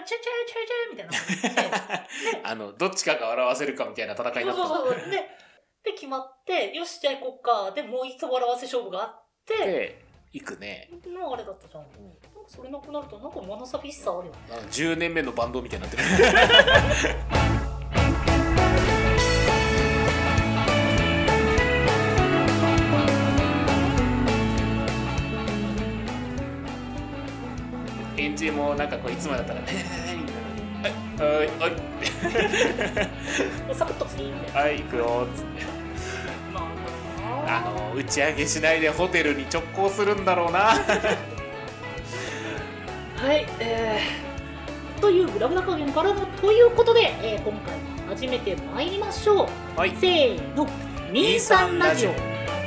チェチェチェチェみたいな感じでどっちかが笑わせるかみたいな戦いになったの。 そうで決まって、よしじゃあ行こっか。でもう一度笑わせ勝負があって、 行くね。 のあれだったじゃん。なんかそれなくなるとなんか物寂しさあるよね。 10年目のバンドみたいになってる。返事もなんかこういつもだったらはいサクッと次みたいな。 はい行くよっつって。打ち上げしないでホテルに直行するんだろうな。 はい、というグラブラ加減からのということで、今回も始めてまいりましょう。 はい、 せーの、23ラジオ。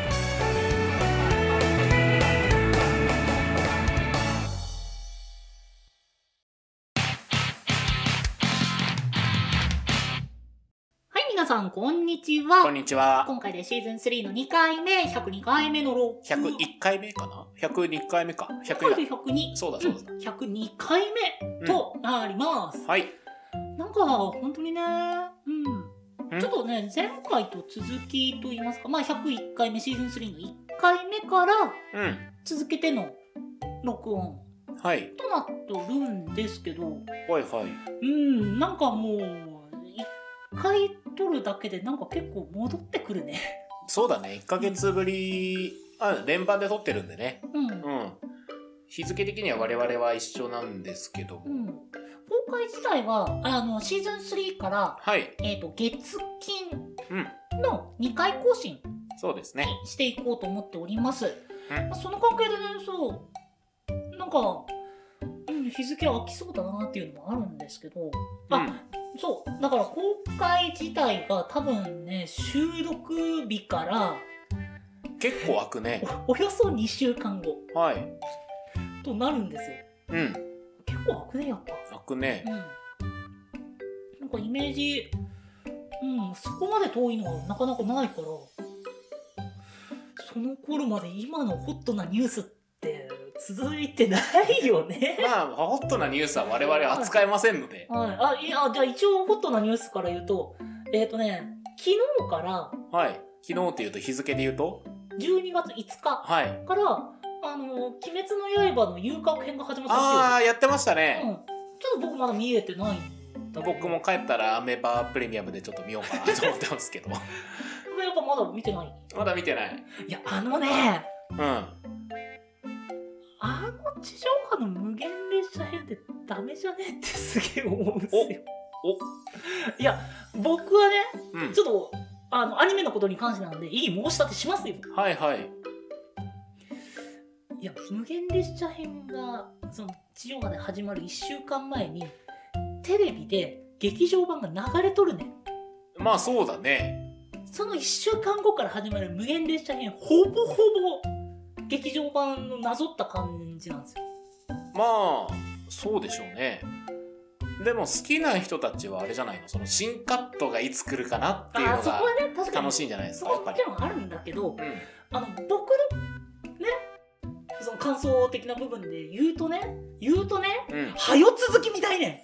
皆さんこんにちは。 こんにちは。 今回でシーズン3の2回目、102回目のロー 101回目かな ?102 回目か。 102。 そうだ。 102回目となります。 はい。 なんか、本当にね、ちょっとね、前回と続きと言いますか、101回目、シーズン3の1回目から、続けての録音、となってるんですけど、なんかもう、1回撮るだけでなんか結構戻ってくるね。 そうだね、1ヶ月ぶり、連番で撮ってるんでね。日付的には我々は一緒なんですけども。 公開自体は、シーズン3から、月金の2回更新そうですね。 していこうと思っております。その関係でね、なんか、日付は空きそうだなっていうのもあるんですけど、だから公開自体が多分ね、収録日から結構空くね。 およそ2週間後となるんですよ。結構空くね、やっぱ。 空くね。 なんかイメージ、そこまで遠いのはなかなかないから、その頃まで今のホットなニュースって続いてないよね。 ホットなニュースは我々扱えませんので。 じゃあ一応ホットなニュースから言うと、昨日から、 昨日っていうと日付で言うと 12月5日から、鬼滅の刃の遊郭編が始まったんですよ。 やってましたね。 ちょっと僕まだ見えてないんだけど。 僕も帰ったらアメバプレミアムでちょっと見ようかなと思ってますけど。 やっぱまだ見てない？ まだ見てない。 いや、地上波の無限列車編ってダメじゃねってすげえ思うんですよ。いや、僕はね、ちょっとアニメのことに関してなんでいい申し立てしますよ。いや、無限列車編がその地上波で始まる1週間前にテレビで劇場版が流れとるね。 そうだね。 その1週間後から始まる無限列車編、ほぼほぼ劇場版のなぞった感じなんですよ。 そうでしょうね。でも好きな人たちはあれじゃないの、その新カットがいつ来るかなっていうのが楽しいんじゃないですか。 そこはもちろんあるんだけど、僕のね、その感想的な部分で言うとね、はよ続きみたいね。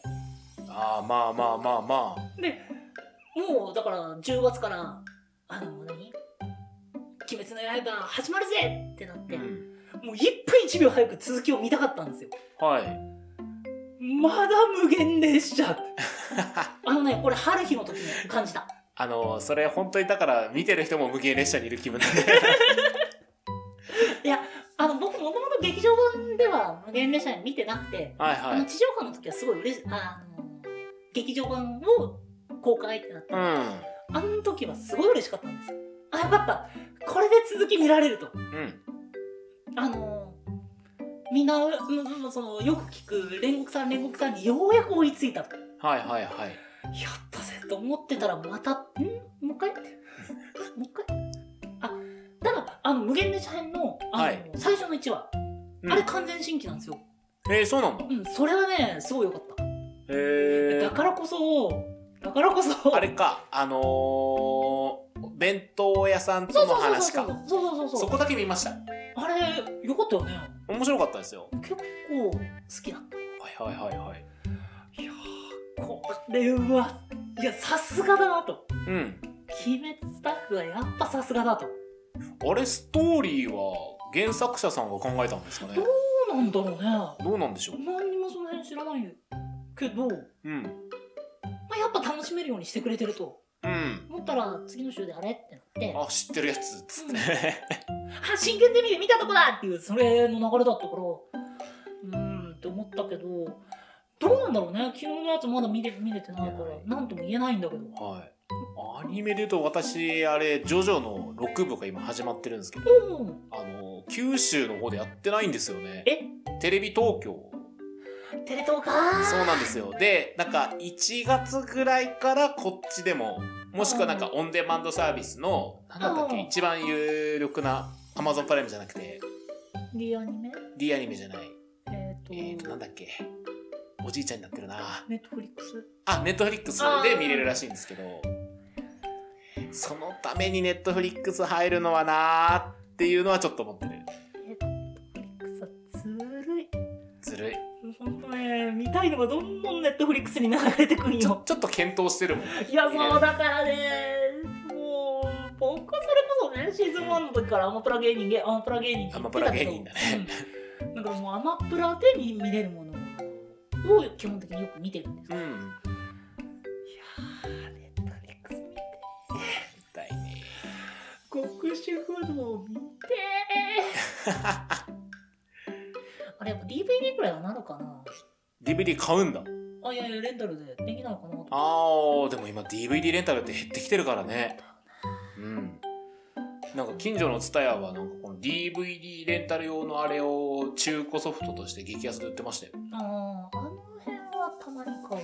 で、もうだから10月から鬼滅の刃始まるぜってなって、もう1分1秒早く続きを見たかったんですよ。まだ無限列車。これ春日の時に感じた。 それ本当にだから見てる人も無限列車にいる気分なんで。 いや、僕もともと劇場版では無限列車に見てなくて、地上波の時はすごい劇場版を公開ってなって、あの時はすごい嬉しかったんですよ。よかった、これで続き見られると。みんなよく聞く煉獄さんにようやく追いついたと。やったぜと思ってたら、またもう一回だから無限列車編の最初の1話、あれ完全新規なんですよ。 そうなんだ。 それはね、すごい良かった。だからこそあれか、弁当屋さんとの話か。そこだけ見ました。 あれ良かったよね。 面白かったですよ。 結構好きだった。 いやで、うわ、いや、さすがだなと。 うん。 鬼滅スタッフはやっぱさすがだと。 あれ、ストーリーは原作者さんが考えたんですかね。 どうなんだろうね。 どうなんでしょう。 何にもその辺知らないけど、 うん。 まあ、やっぱ楽しめるようにしてくれてると。 うん。 思ったら次の週であれってなって。 あ、知ってるやつっつって。 あ、真剣ゼミで見たとこだっていう、それの流れだったから、って思ったけど、どうなんだろうね。昨日のやつまだ見れてないから、なんとも言えないんだけど。 はい。アニメで言うと私、あれ、ジョジョの6部が今始まってるんですけど、九州の方でやってないんですよね。テレビ東京。 テレ東か。 そうなんですよ。で、なんか1月ぐらいからこっちでも、もしくはなんかオンデマンドサービスの、なんだったっけ、一番有力な Amazon プライムじゃなくて、 D アニメ ?D アニメじゃない。なんだっけ。おじいちゃんになってるな。 ネットフリックス。 あ、ネットフリックスで見れるらしいんですけど、そのためにネットフリックス入るのはなーっていうのはちょっと思ってる。 ネットフリックスはずるい。 ずるい。 ほんとね、見たいのがどんどんネットフリックスに流れてくんよ。 ちょっと検討してるもん。 いや、そうだからね、もう、僕はそれこそね、シーズン1の時からアマプラ芸人って言ってたけど、 アマプラ芸人だね。 だからもうアマプラで見れるものを基本的によく見てるんです。いやー、ネットフリックス見て見たいね。 極主不動見てあれやっぱ DVD くらいはなるかな。 DVD 買うんだ。 あ、いやいや、レンタルでできないかなと。 あー、でも今 DVD レンタルって減ってきてるからね。なんか近所のツタヤはなんかこの DVD レンタル用のあれを中古ソフトとして激安で売ってましたよ。 あの辺はたまに買う。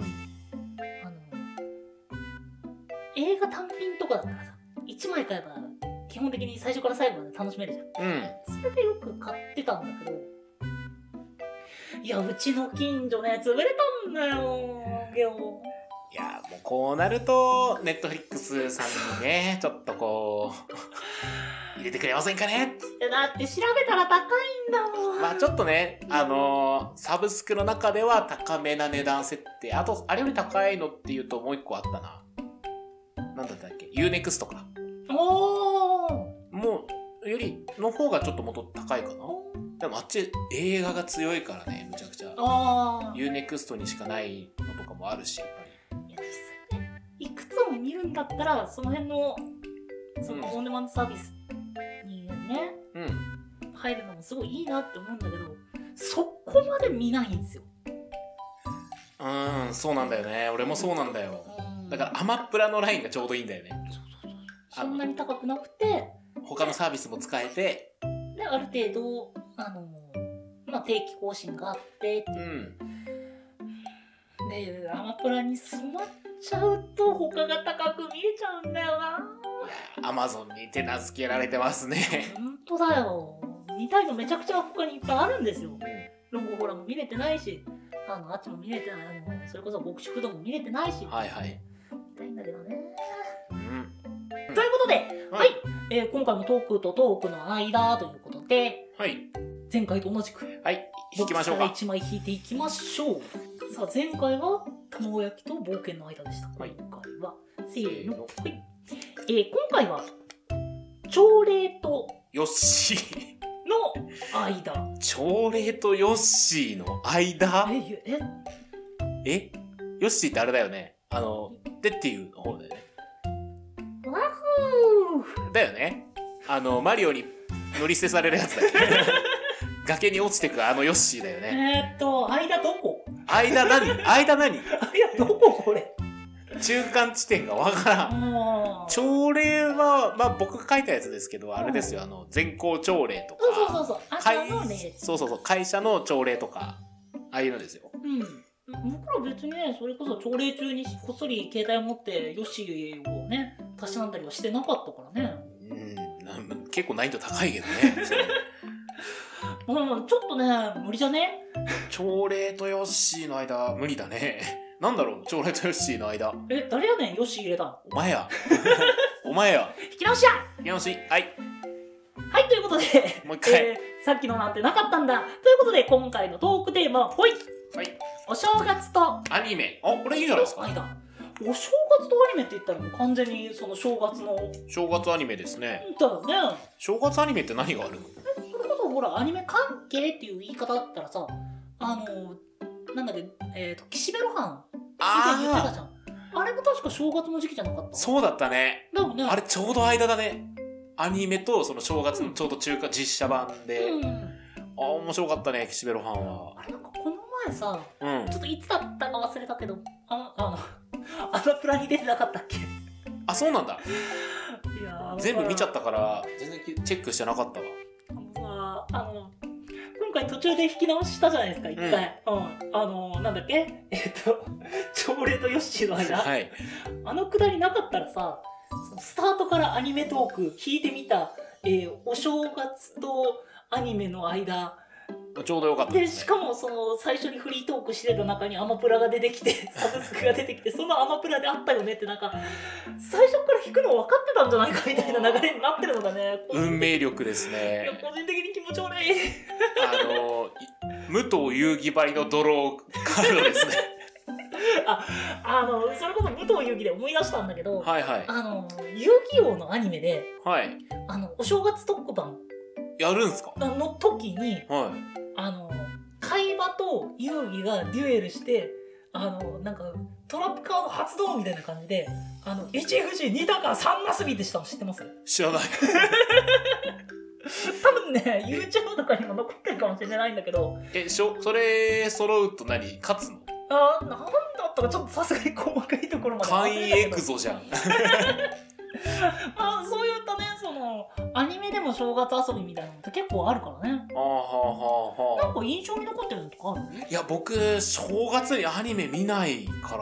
映画単品とかだったらさ、1枚買えば基本的に最初から最後まで楽しめるじゃん。それでよく買ってたんだけど、いや、うちの近所ね、潰れたんだよ、 いや、もうこうなると、ネットフリックスさんにね、ちょっとこう、入れてくれませんかねだって調べたら高いんだもん。 まあちょっとね、サブスクの中では高めな値段設定。あと、あれより高いのっていうともう一個あったな。なんだったっけ ?UNEXT か。もう、よりの方がちょっともっと高いかな。でもあっち映画が強いからね、むちゃくちゃ。UNEXT にしかないのとかもあるし、やっぱり。 いや、実際ね、いくつも見るんだったら、その辺の、そのオンデマンドサービスにね、入るのもすごいいいなって思うんだけど、そこまで見ないんですよ。 そうなんだよね。俺もそうなんだよ。だからアマプラのラインがちょうどいいんだよね。 そんなに高くなくて、 他のサービスも使えて、 で、ある程度、まあ、定期更新があってっていう。で、アマプラに染まっちゃうと他が高く見えちゃうんだよな。 いや、アマゾンに手なずけられてますね。 ほんとだよ。見たいのめちゃくちゃ他にいっぱいあるんですよ。ロングホラーも見れてないし、あっちも見れてない、それこそ極主不動も見れてないし。見たいんだけどね。ということで、今回もトークとトークの間ということで、前回と同じく、 引きましょうか。 1枚引いていきましょう。さあ、前回は卵焼きと冒険の間でした。今回は、せーの。今回は、朝礼とヨッシーの間。 朝礼とヨッシーの間？ヨッシーってあれだよね。でっていう方だよね。 ワフーだよね。マリオに乗り捨てされるやつだよね。崖に落ちてくヨッシーだよね。 間どこ？ 間何？間どここれ？ 中間地点がわからん。朝礼は、まあ僕が書いたやつですけど、あれですよ、全校朝礼とか。会社の朝礼とか、ああいうのですよ。 僕ら別にね、それこそ朝礼中にこっそり携帯を持ってヨッシーをね、たしなんだりはしてなかったからね。 結構難易度高いけどね。 ちょっとね、無理じゃね？ 朝礼とヨッシーの間、無理だね。なんだろう、朝礼とヨッシーの間。 誰やねん、ヨッシー入れたの。 お前や。お前や。 引き直しや。 引き直し。はい、 ということで、 もう一回。 さっきのなんてなかったんだ。ということで、今回のトークテーマは、おお正月とアニメ。あ、これいいじゃないですか。 間。お正月とアニメって言ったらもう完全にその正月の。 正月アニメですね。 だよね。 正月アニメって何があるの？ それこそほらアニメ関係っていう言い方だったらさ、なんだっけ、岸辺露伴以前言ってたじゃん。あれも確か正月の時期じゃなかった？ そうだったね。 だよね。 あれちょうど間だね。アニメとその正月のちょうど中華実写版で。面白かったね、岸辺露伴は。 あれなんかこの前さ、 うん、 ちょっといつだったか忘れたけど、アマプラに出てなかったっけ？ あ、そうなんだ。 いや全部見ちゃったから全然チェックしてなかったわ。 今回途中で引き直ししたじゃないですか、一回。なんだっけ？朝礼とヨッシーの間。 はい。 あのくだりなかったらさ、そのスタートからアニメトーク聞いてみた、お正月とアニメの間。 ちょうどよかったですね。しかもその最初にフリートークしてた中にアマプラが出てきてサブスクが出てきて、そのアマプラであったよねって、なんか最初から弾くの分かってたんじゃないかみたいな流れになってるのがね、 運命力ですね。 いや個人的に気持ち悪い。 武藤遊戯張りのドローカードですね。 それこそ武藤遊戯で思い出したんだけど、 はいはい、 遊戯王のアニメで、 はい、 お正月特番やるんすかの時に、 はい、 海馬と遊戯がデュエルして、なんかトラップカード発動みたいな感じで、1富士2高3なすびってしたの知ってます？ 知らない。 多分ね YouTube とかにも残ってるかもしれないんだけど、 それ揃うと勝つの？ なんだったかちょっとさすがに細かいところまで忘れたけど、 簡易エクゾじゃん。 そういったね、そのアニメでも正月遊びみたいなのって結構あるからね。なんか印象に残ってるのとかある？ いや、僕正月にアニメ見ないから、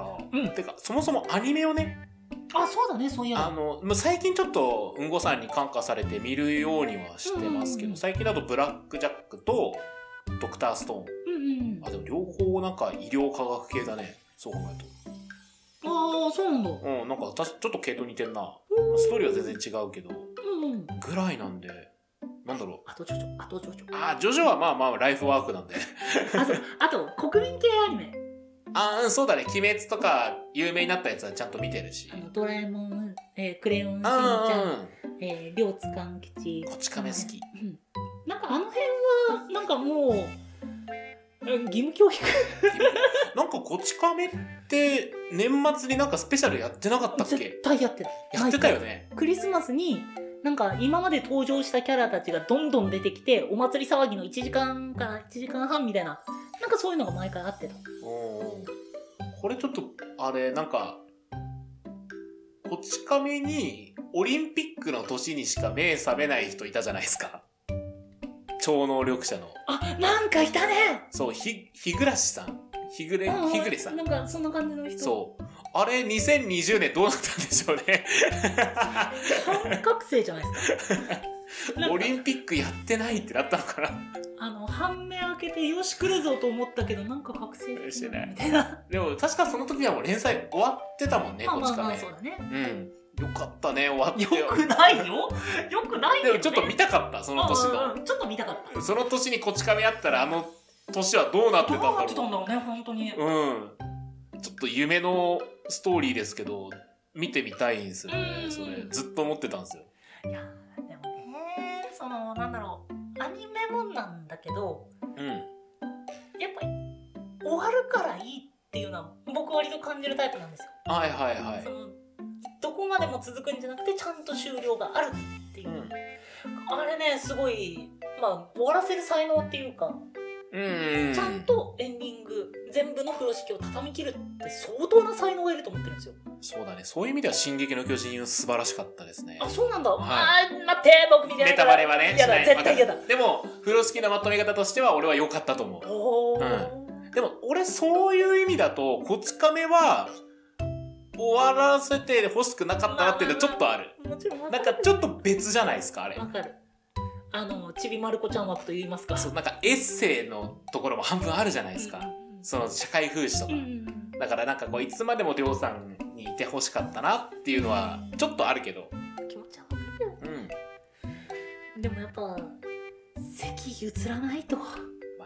てかそもそもアニメをね、 そうだね、そういや最近ちょっとうんごさんに感化されて見るようにはしてますけど、最近だとブラックジャックとドクターストーン、でも両方なんか医療科学系だね、そう考えると。 そうなんだ。 なんかちょっと系統似てんな。ストーリーは全然違うけど、ぐらいなんで、なんだろう。 あとジョジョ。 ジョジョはまあライフワークなんで。 あと国民系アニメ。 そうだね。鬼滅とか有名になったやつはちゃんと見てるし。 ドラえもん、クレヨンしんちゃん、両津勘吉。 こち亀好き。 なんかあの辺はなんかもう義務教育。 なんかこち亀って年末になんかスペシャルやってなかったっけ？ 絶対やってた。 やってたよね。 クリスマスになんか今まで登場したキャラたちがどんどん出てきて、お祭り騒ぎの1時間から1時間半みたいな、なんかそういうのが毎回あってた。 これちょっとなんかこち亀にオリンピックの年にしか目覚めない人いたじゃないですか。超能力者の。 なんかいたね。 そう、日暮さん。日暮さん。 なんかそんな感じの人。 そう。あれ、2020年どうなったんでしょうね。 半覚醒じゃないですか。 オリンピックやってないってなったのかな。 半目開けてよし来るぞと思ったけど、なんか覚醒してないみたいな。でも確かその時はもう連載終わってたもんね、こっちかね。 そうだね。 よかったね、終わって。 よくないよ。よくないよ、ね。 でもちょっと見たかった、その年の。 ちょっと見たかった。 その年にこち亀やったら、あの年はどうなってたんだろう。 どうなってたんだろうね、本当に。 ちょっと夢のストーリーですけど、見てみたいんですよね。それずっと思ってたんですよ。 いやでもね、なんだろう、アニメもなんだけど、やっぱり終わるからいいっていうのは僕割と感じるタイプなんですよ。どこまでも続くんじゃなくて、ちゃんと終了があるっていう、あれね、すごい終わらせる才能っていうか、ちゃんとエンディング全部の風呂敷を畳み切るって相当な才能がいると思ってるんですよ。 そうだね。そういう意味では進撃の巨人素晴らしかったですね。 そうなんだ。待って、僕見てないから。 ネタバレはね。 嫌だ、絶対嫌だ。 でも風呂敷のまとめ方としては俺は良かったと思う。でも俺そういう意味だとこち亀は終わらせて欲しくなかったなっていうのはちょっとある。なんかちょっと別じゃないですか、あれ。 わかる。ちびまる子ちゃん枠と言いますか。 そう、なんかエッセイのところも半分あるじゃないですか。その社会風刺とか。だからなんかこういつまでもりょうさんにいて欲しかったなっていうのはちょっとあるけど。 気持ちはわかるよ。でもやっぱ席譲らないと。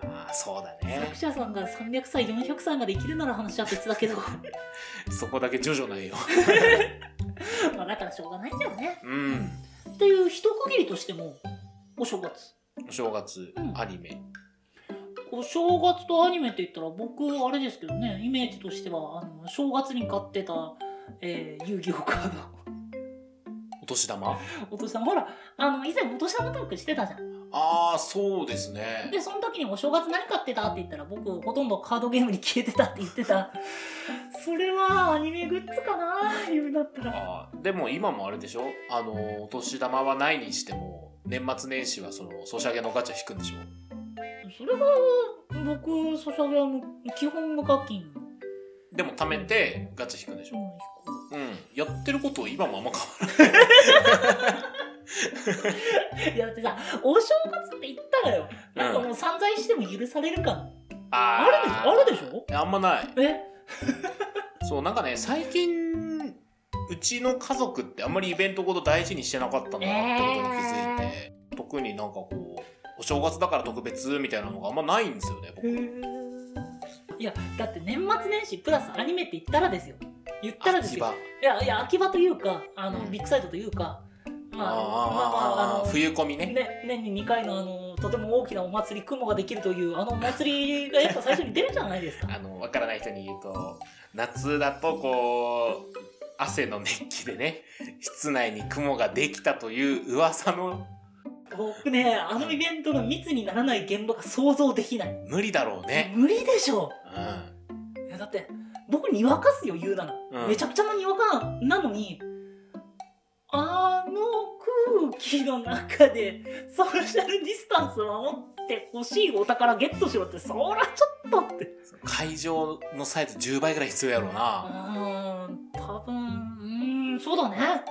ああ、そうだね。 作者さんが300歳400歳まで生きるなら話は別だけどそこだけジョジョないよまあだからしょうがないんだよね。 うん。 っていう一区切りとしてもお正月、 お正月、アニメ。 お正月とアニメって言ったら僕あれですけどね、イメージとしては正月に買ってた、遊戯王カードお年玉お年玉、ほら以前お年玉トークしてたじゃん。 ああ、そうですね。 でその時にお正月何買ってたって言ったら僕ほとんどカードゲームに消えてたって言ってたそれはアニメグッズかな言うんだったら。 でも今もあれでしょ、お年玉はないにしても年末年始はそのソシャゲのガチャ引くんでしょ。 それは僕ソシャゲは基本無課金でも貯めてガチャ引くんでしょ。やってること今もあんま変わらないいやだってさ、お正月って言ったらよ、なんかもう散財しても許されるかも。あるでしょあんまない。そうなんかね、最近うちの家族ってあんまりイベントごと大事にしてなかったんだなってことに気づいて、特になんかこうお正月だから特別みたいなのがあんまないんですよね、僕。 いやだって年末年始プラスアニメって言ったらですよ。いや秋葉というかビッグサイトというか、 冬込みね。 年に2回のとても大きなお祭り、雲ができるというお祭りがやっぱ最初に出るじゃないですか。 わからない人に言うと、夏だとこう汗の熱気でね、室内に雲ができたという噂の。 僕ね、イベントが密にならない現場が想像できない。 無理だろうね。 無理でしょ。いやだって僕にわかすよ、言うなら、めちゃくちゃなにわかなのに、空気の中でソーシャルディスタンスを守って欲しいお宝ゲットしろって、そらちょっとって。会場のサイズ10倍ぐらい必要やろうな。多分そうだね。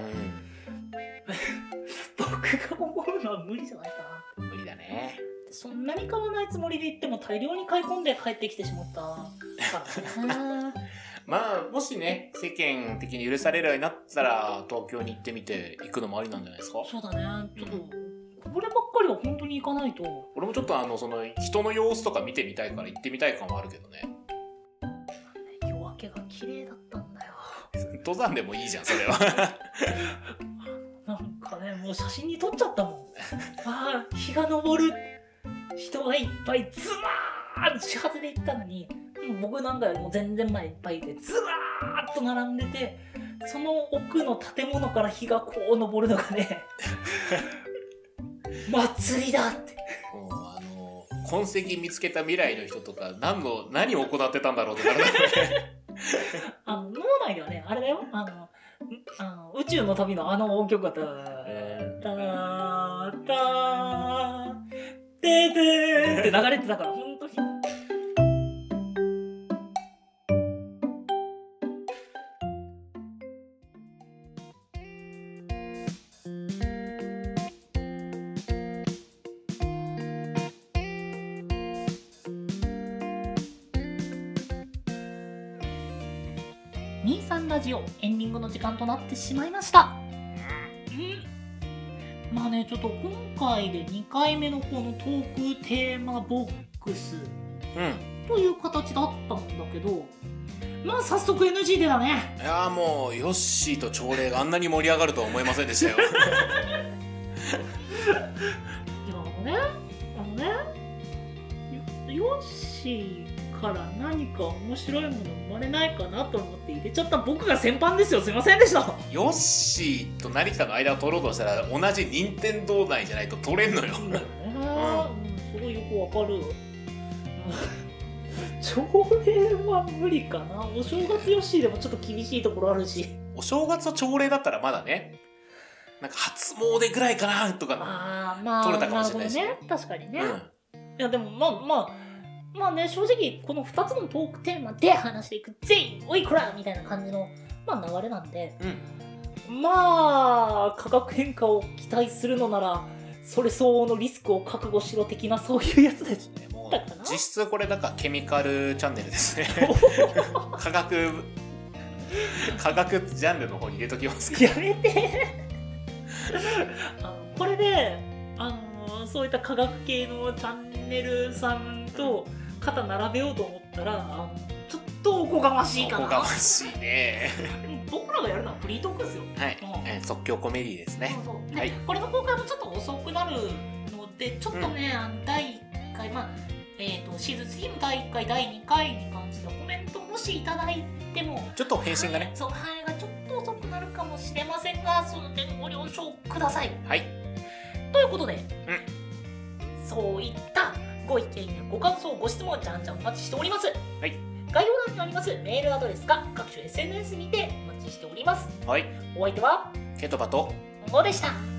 僕が思うのは無理じゃないかな。 無理だね。 そんなに買わないつもりで行っても大量に買い込んで帰ってきてしまったからまあもしね、世間的に許されるようになったら東京に行ってみて行くのもありなんじゃないですか。 そうだね。ちょっとこればっかりは本当に行かないと。 俺もちょっとその人の様子とか見てみたいから行ってみたい感はあるけどね。 夜明けが綺麗だったんだよ。 登山でもいいじゃんそれはなんかね、もう写真に撮っちゃったもん日が昇る、人がいっぱいズワーッ始発で行ったのに、僕なんかよりも全然前いっぱいいてズワーッと並んでて、その奥の建物から日がこう昇るのがね祭りだって。 痕跡見つけた未来の人とか何を行ってたんだろうってなるね脳内ではね、あれだよ、宇宙の旅の音曲がターターターテーテーって流れてたから、本当に23ラジオエンディングの時間となってしまいました。まあね、ちょっと今回で2回目のこのトークテーマボックスという形だったんだけど、まあ早速 NG でだね。 いやもうヨッシーと朝礼があんなに盛り上がるとは思いませんでしたよいやヨッシーから何か面白いもの生まれないかなと思って入れちゃった僕が先般ですよ。すいませんでした。 ヨッシーと何かの間を取ろうとしたら同じ任天堂内じゃないと取れんのよ。 すごいよくわかる。朝礼は無理かな。お正月ヨッシーでもちょっと厳しいところあるし。 お正月の朝礼だったらまだね、なんか初詣ぐらいかなとか取れたかもしれないしね。 確かにね。いやでもまあね、正直この2つのトークテーマで話していくぜいおいこらみたいな感じの、流れなんで、価格変化を期待するのならそれ相応のリスクを覚悟しろ的な、そういうやつですね。もう実質これだからケミカルチャンネルですね科学ジャンルの方に入れときますか。 やめてこれでそういった科学系のチャンネンネルさんと肩並べようと思ったらちょっとおこがましいかな。 おこがましいね。 僕らがやるのはフリートークですよ。 はい、即興コメディですね。 そうそう。 はい、 これの公開もちょっと遅くなるので、ちょっとね、第1回、シーズン3の第1回、第2回に関してはコメントもしいただいても、 ちょっと返信がね、 そう、範囲がちょっと遅くなるかもしれませんが、その点ご了承ください。 はい。 ということで、そういったご意見やご感想、ご質問、じゃんじゃんお待ちしております。 はい。 概要欄にありますメールアドレスか各種 SNS にてお待ちしております。 はい。 お相手はケントバとゴーでした。